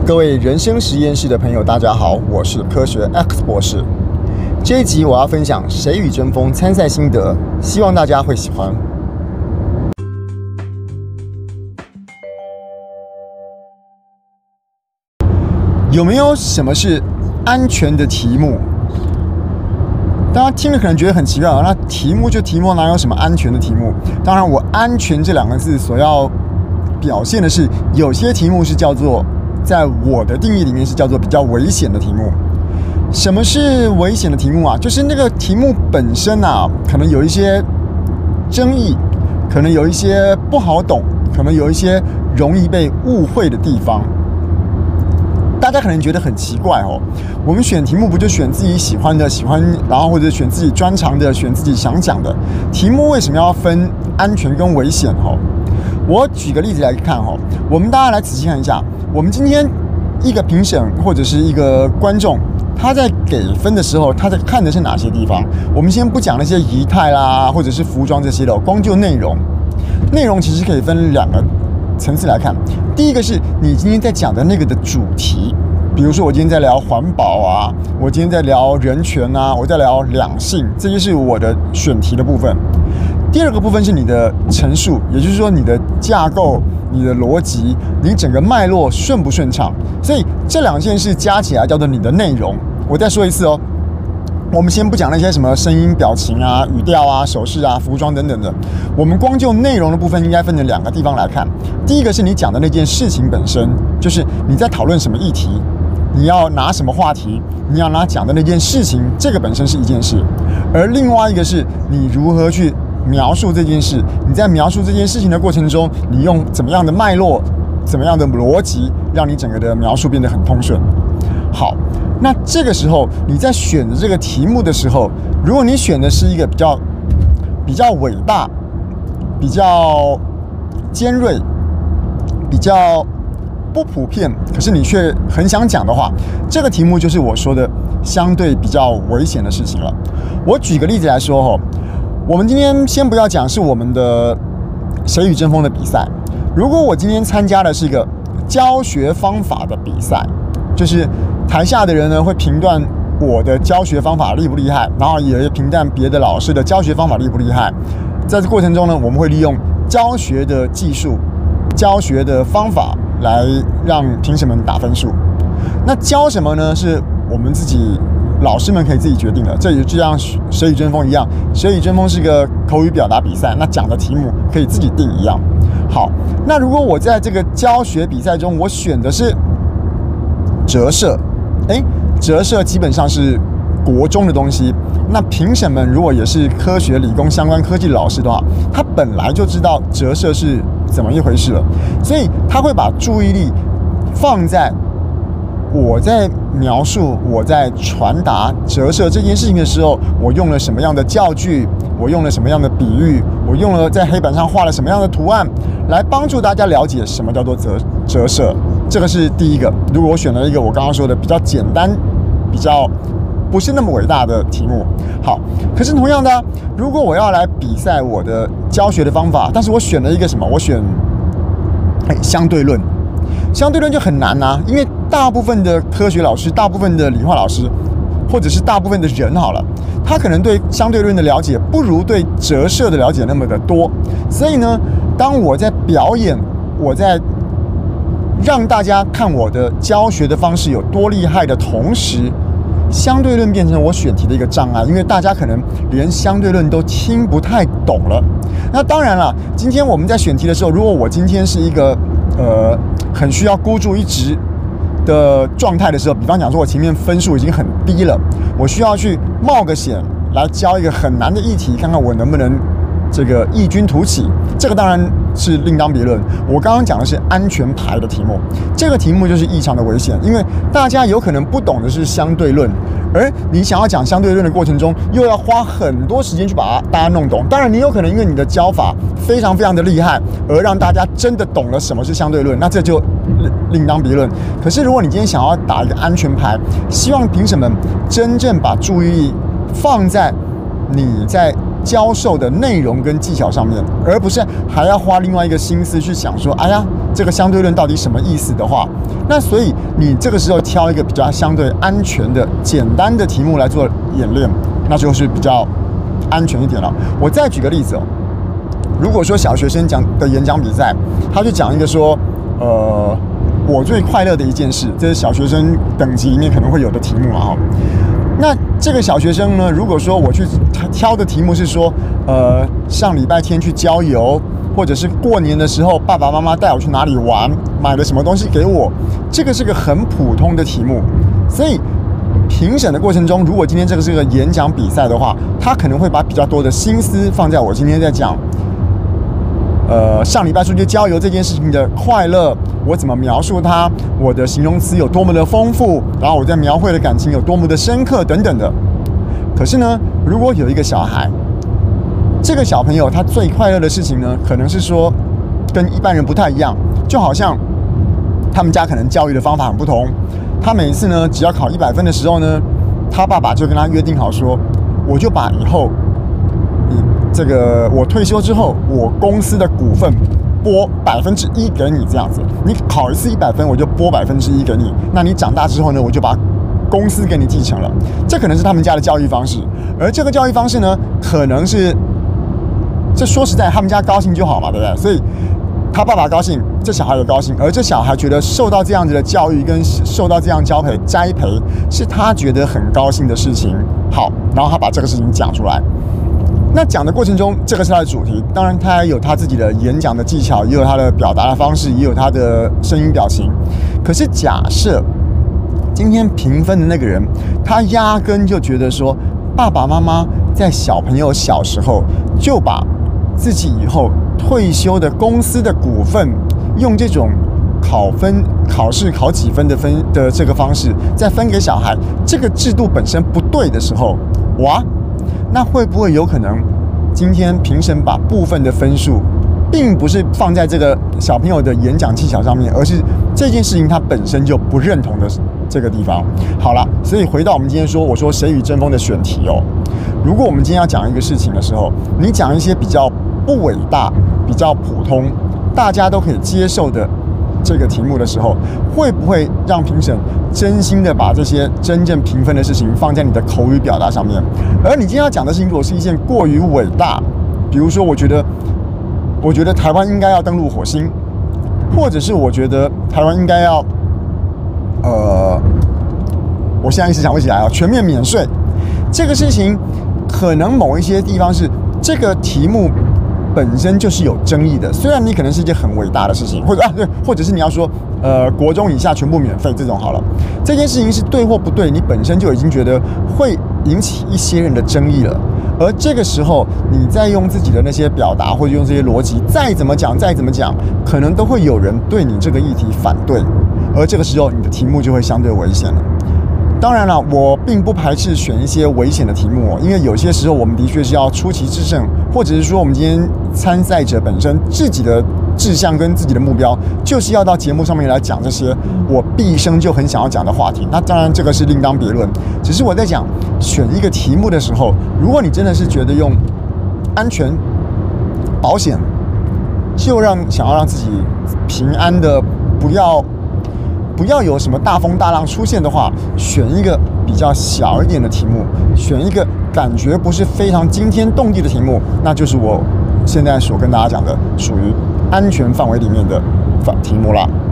各位人生实验室的朋友，大家好，我是科学 X 博士。这一集我要分享《谁与争锋》参赛心得，希望大家会喜欢。有没有什么是安全的题目？大家听了可能觉得很奇怪啊，那题目就题目，哪有什么安全的题目？当然，我安全这两个字所要表现的是，有些题目是叫做，在我的定义里面是叫做比较危险的题目。什么是危险的题目啊？就是那个题目本身啊，可能有一些争议，可能有一些不好懂，可能有一些容易被误会的地方。大家可能觉得很奇怪哦，我们选题目不就选自己喜欢的，然后或者选自己专长的，选自己想讲的题目，为什么要分安全跟危险？我举个例子来看我们大家来仔细看一下，我们今天一个评审或者是一个观众，他在给分的时候，他在看的是哪些地方？我们先不讲那些仪态啦，或者是服装这些的，光就内容其实可以分两个层次来看。第一个是你今天在讲的那个的主题，比如说我今天在聊环保啊，我今天在聊人权啊，我在聊两性，这些是我的选题的部分。第二个部分是你的陈述，也就是说你的架构、你的逻辑、你整个脉络顺不顺畅。所以这两件事加起来叫做你的内容。我再说一次哦，我们先不讲那些什么声音、表情啊、语调啊、手势啊、服装等等的，我们光就内容的部分应该分成两个地方来看。第一个是你讲的那件事情本身，就是你在讨论什么议题，你要拿什么话题，你要拿讲的那件事情，这个本身是一件事。而另外一个是你如何去描述这件事，你在描述这件事情的过程中，你用怎么样的脉络、怎么样的逻辑，让你整个的描述变得很通顺。好，那这个时候你在选择这个题目的时候，如果你选的是一个比较伟大、比较尖锐、比较不普遍，可是你却很想讲的话，这个题目就是我说的相对比较危险的事情了。我举个例子来说我们今天先不要讲是我们的谁与争锋的比赛，如果我今天参加的是一个教学方法的比赛，就是台下的人呢会评断我的教学方法厉不厉害，然后也评断别的老师的教学方法厉不厉害。在这过程中呢，我们会利用教学的技术、教学的方法来让评审们打分数。那教什么呢？是我们自己老师们可以自己决定的。这也就像谁与争锋一样，谁与争锋是个口语表达比赛，那讲的题目可以自己定一样。好，那如果我在这个教学比赛中，我选的是折射，折射基本上是国中的东西。那评审们如果也是科学、理工相关科技的老师的话，他本来就知道折射是怎么一回事了，所以他会把注意力放在我在描述、我在传达折射这件事情的时候，我用了什么样的教具，我用了什么样的比喻，我用了在黑板上画了什么样的图案，来帮助大家了解什么叫做折射。这个是第一个。如果我选了一个我刚刚说的比较简单、比较不是那么伟大的题目，好，可是同样的如果我要来比赛我的教学的方法，但是我选了一个什么？我选相对论。相对论就很难啊，因为大部分的科学老师、大部分的理化老师，或者是大部分的人好了，他可能对相对论的了解不如对折射的了解那么的多。所以呢，当我在表演，我在让大家看我的教学的方式有多厉害的同时，相对论变成我选题的一个障碍，因为大家可能连相对论都听不太懂了。那当然了，今天我们在选题的时候，如果我今天是一个很需要孤注一掷的状态的时候，比方讲说我前面分数已经很低了，我需要去冒个险来教一个很难的议题，看看我能不能这个异军突起，这个当然是另当别论。我刚刚讲的是安全牌的题目，这个题目就是异常的危险，因为大家有可能不懂的是相对论，而你想要讲相对论的过程中，又要花很多时间去把大家弄懂。当然，你有可能因为你的教法非常非常的厉害，而让大家真的懂了什么是相对论，那这就另当别论。可是，如果你今天想要打一个安全牌，希望评审们真正把注意力放在你在教授的内容跟技巧上面，而不是还要花另外一个心思去想说，哎呀， 这个相对论到底什么意思的话，那所以你这个时候挑一个比较相对安全的、简单的题目来做演练，那就是比较安全一点了。我再举个例子哦，如果说小学生讲的演讲比赛，他就讲一个说，我最快乐的一件事，这是小学生等级里面可能会有的题目嘛哈。那这个小学生呢，如果说我去挑的题目是说，上礼拜天去郊游，或者是过年的时候爸爸妈妈带我去哪里玩，买了什么东西给我，这个是个很普通的题目，所以评审的过程中，如果今天这个是个演讲比赛的话，他可能会把比较多的心思放在我今天在讲，上礼拜出去郊游这件事情的快乐，我怎么描述它，我的形容词有多么的丰富，然后我在描绘的感情有多么的深刻等等的。可是呢，如果有一个小孩，这个小朋友他最快乐的事情呢，可能是说跟一般人不太一样，就好像他们家可能教育的方法很不同，他每一次呢只要考100分的时候呢，他爸爸就跟他约定好说，我就把以后这个我退休之后，我公司的股份拨1%给你，这样子，你考一次100分，我就拨1%给你。那你长大之后呢，我就把公司给你继承了。这可能是他们家的教育方式，而这个教育方式呢，可能是，这说实在，他们家高兴就好嘛，对不对？所以他爸爸高兴，这小孩也高兴，而这小孩觉得受到这样子的教育跟受到这样栽培，是他觉得很高兴的事情。好，然后他把这个事情讲出来。那讲的过程中，这个是他的主题，当然他也有他自己的演讲的技巧，也有他的表达的方式，也有他的声音表情。可是假设今天评分的那个人，他压根就觉得说，爸爸妈妈在小朋友小时候就把自己以后退休的公司的股份，用这种考试考几分的这个方式再分给小孩，这个制度本身不对的时候，哇！那会不会有可能，今天评审把部分的分数，并不是放在这个小朋友的演讲技巧上面，而是这件事情他本身就不认同的这个地方？好了，所以回到我们今天说，我说谁与争锋的选题哦。如果我们今天要讲一个事情的时候，你讲一些比较不伟大、比较普通、大家都可以接受的这个题目的时候，会不会让评审真心的把这些真正评分的事情放在你的口语表达上面？而你今天要讲的事情，如果是一件过于伟大，比如说我觉得台湾应该要登陆火星，或者是我觉得台湾应该要我现在一时想不起来啊，全面免税这个事情，可能某一些地方是这个题目本身就是有争议的，虽然你可能是一件很伟大的事情，或者是你要说，国中以下全部免费这种好了，这件事情是对或不对，你本身就已经觉得会引起一些人的争议了。而这个时候，你再用自己的那些表达，或者用这些逻辑，再怎么讲，可能都会有人对你这个议题反对，而这个时候你的题目就会相对危险了。当然了，我并不排斥选一些危险的题目哦，因为有些时候我们的确是要出奇制胜，或者是说我们今天参赛者本身自己的志向跟自己的目标，就是要到节目上面来讲这些我毕生就很想要讲的话题。那当然这个是另当别论，只是我在讲选一个题目的时候，如果你真的是觉得用安全、保险，就想要让自己平安的，不要有什么大风大浪出现的话，选一个比较小一点的题目，选一个感觉不是非常惊天动地的题目，那就是我现在所跟大家讲的属于安全范围里面的题目啦。